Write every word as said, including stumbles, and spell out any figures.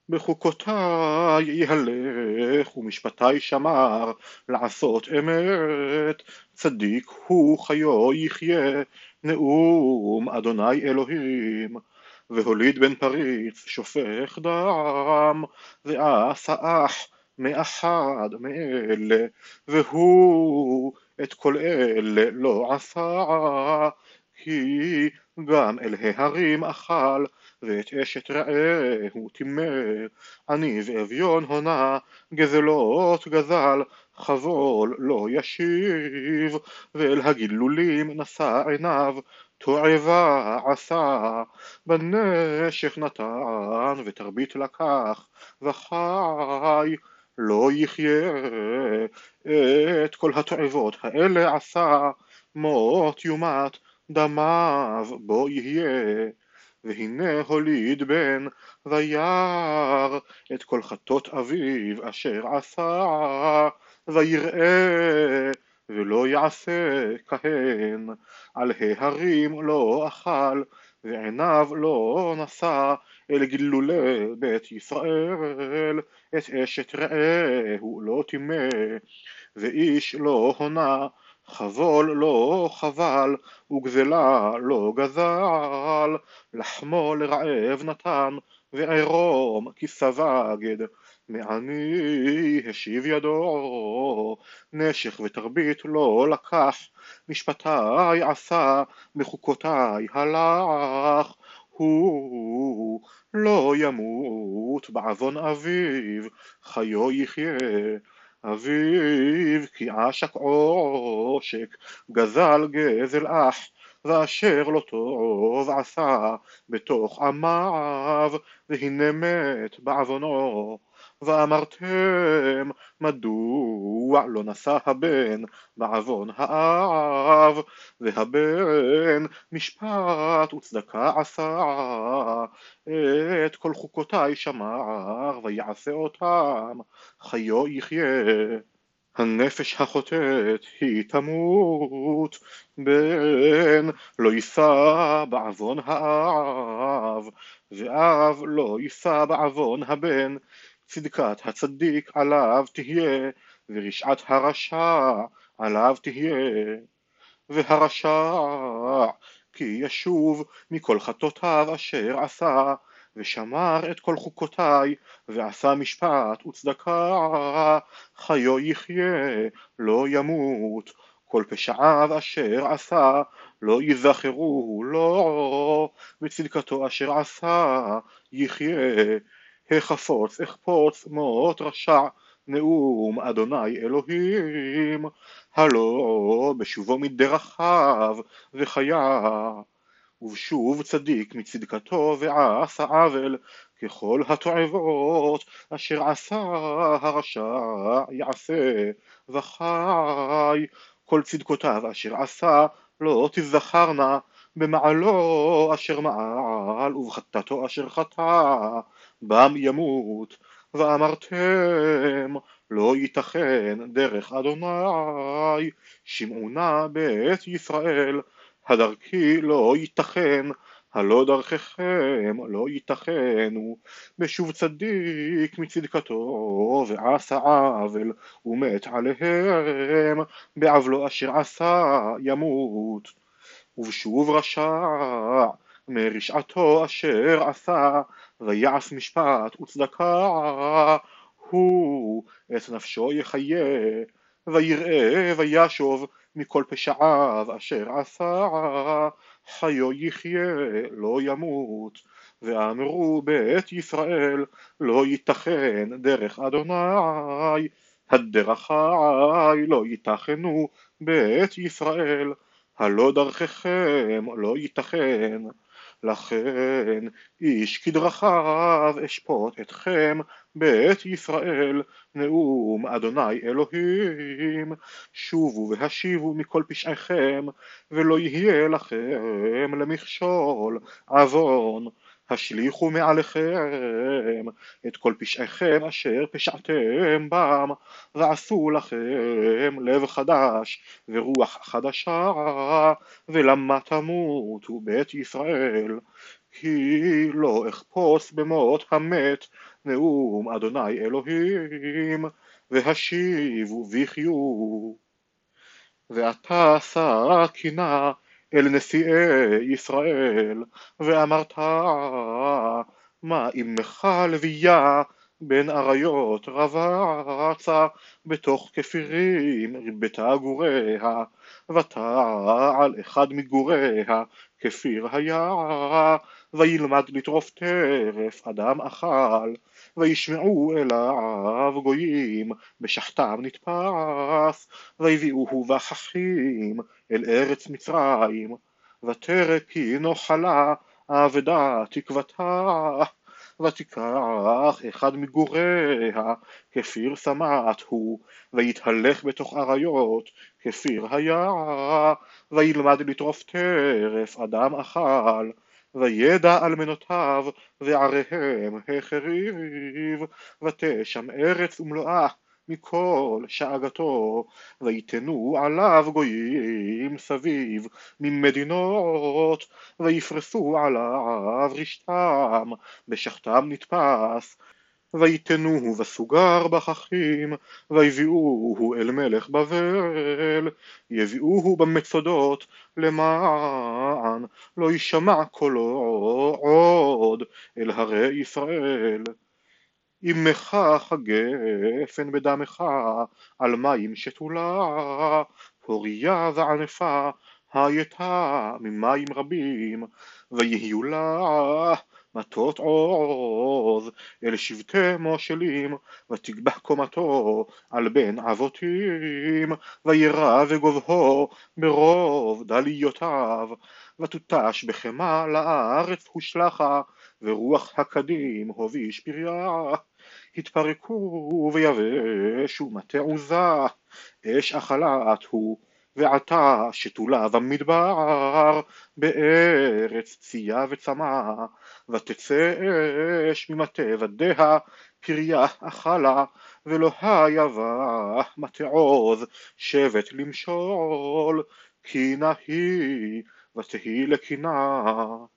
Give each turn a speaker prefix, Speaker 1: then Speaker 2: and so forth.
Speaker 1: בחוקותיי יהלך ומשפטי שמר, לעשות אמת, צדיק הוא חיו יחיה, נאום אדוני אלוהים. והוליד בן פריץ שופך דם, ועשה אח מאחד מאלה, והוא את כל אלה לא עשה, כי גם אל ההרים אכל, ואת אשת רעהו טימא. עני ואביון הונה, גזלות גזל, חבול לא ישיב, ואל הגילולים נשא עיניו, תועבה עשה. בנשך נתן ותרבית לקח, וחי לא יחיה. את כל התועבות האלה עשה, מות יומת דמיו בו יהיה. והנה הוליד בן, וירא את כל חטות אביו אשר עשה, ויראה ולא יעשה כהן. על ההרים לא אכל, ועיניו לא נשא, אל גילולי בית ישראל. את אשת רעהו לא טימא, ואיש לא הונה, חבול לא חבל, וגזלה לא גזל. לחמו לרעב נתן, וערום כיסה בגד, מעני השיב ידו. נשך ותרבית לא לקח, משפטי עשה, בחוקותיי הלך. הוא לא ימות בעוון אביו, חיו יחיה. אביו כי עשק עושק, גזל גזל אח, ואשר לא טוב עשה בתוך עמיו, והנה מת בעוונו. ואמרתם, מדוע לא נשא הבן בעוון האב, והבן משפט וצדקה עשה. את כל חוקותיי שמר, ויעשה אותם, חיו יחיה. הנפש החוטאת היא תמות, בן לא יישא בעוון האב, ואב לא יישא בעוון הבן. צדקת הצדיק עליו תהיה, ורשעת הרשע עליו תהיה. והרשע כי ישוב מכל חטאותיו אשר עשה, ושמר את כל חוקותיי, ועשה משפט וצדקה, חיו יחיה לא ימות. כל פשעיו אשר עשה לא ייזכרו לו, וצדקתו אשר עשה יחיה. החפוץ אחפוץ מות רשע, נאום אדוני אלוהים. הלא בשובו מדרכיו וחיה, ובשוב צדיק מצדקתו ועשה עוול, ככל התועבות אשר עשה הרשע יעשה וחי. כל צדקותיו אשר עשה לא תזכרנה, במעלו אשר מעל ובחטאתו אשר חטא בם ימות. ואמרתם, לא ייתכן דרך אדוני, שמעו נא בית ישראל, הדרכי לא ייתכן, הלא דרככם לא ייתכנו. בשוב צדיק מצדקתו ועשה עוול, ומת עליהם, בעוולו אשר עשה ימות. ובשוב רשע מרשעתו אשר עשה, ויעש משפט וצדקה, הוא את נפשו יחיה. ויראה וישוב מכל פשעיו אשר עשה, חיו יחיה לא ימות. ואמרו בית ישראל, לא ייתכן דרך אדוני, הדרכי לא ייתכנו בית ישראל, הלא דרככם לא ייתכן. לכן איש כדרכיו אשפוט אתכם בית ישראל, נאום אדוני אלוהים. שובו והשיבו מכל פשעיכם, ולא יהיה לכם למכשול עוון. השליכו מעליכם את כל פשעיכם אשר פשעתם בם, ועשו לכם לב חדש ורוח חדשה. ולמה תמותו בית ישראל? כי לא אחפוץ במות המת, נאום אדוני אלוהים, והשיבו וחיו. ואתה שא קינה אל נשיאי ישראל, ואמרת, מה אמך לוויה בין אריות רבצה, בתוך כפירים ריבתה גוריה, ותעל אחד מגוריה כפיר היה, וילמד לטרוף טרף אדם אכל, וישמעו אליו גויים בשחתם נתפס, ויביאוהו וחכים אל ארץ מצרים, ותרא כי נוחלה אבדה תקוותה, ותיקח אחד מגוריה כפיר שמת הוא, ויתהלך בתוך אריות כפיר היה, וילמד לטרוף טרף אדם אכל, וידע אלמנותיו ועריהם החריב, ותשם ארץ ומלואה מכל שאגתו, ויתנו עליו גויים סביב ממדינות, ויפרסו עליו רשתם, בשחתם נתפס, ויתנוהו בסוגר בחכים, ויביאוהו אל מלך בבל, יביאוהו במצודות, למען לא יישמע קולו עוד אל הרי ישראל. אמך הגפן בדמך, על מים שתולה, פוריה וענפה הייתה ממים רבים, ויהיו לה מטות עוז אל שבטי מושלים, ותגבח קומתו על בן אבותים, וירא וגובהו ברוב דליותיו, ותותש בחמה לארץ הושלכה, ורוח הקדים הוביש פריה, התפרקו ויבשו מטה עוזה, אש אכלת הוא, ועתה שתולה במדבר, בארץ צייה וצמא, ותצא אש ממטה ודיה, פריה אכלה, ולא היה בה מטה עוז שבט למשול, כי נהי ותהי לקינה.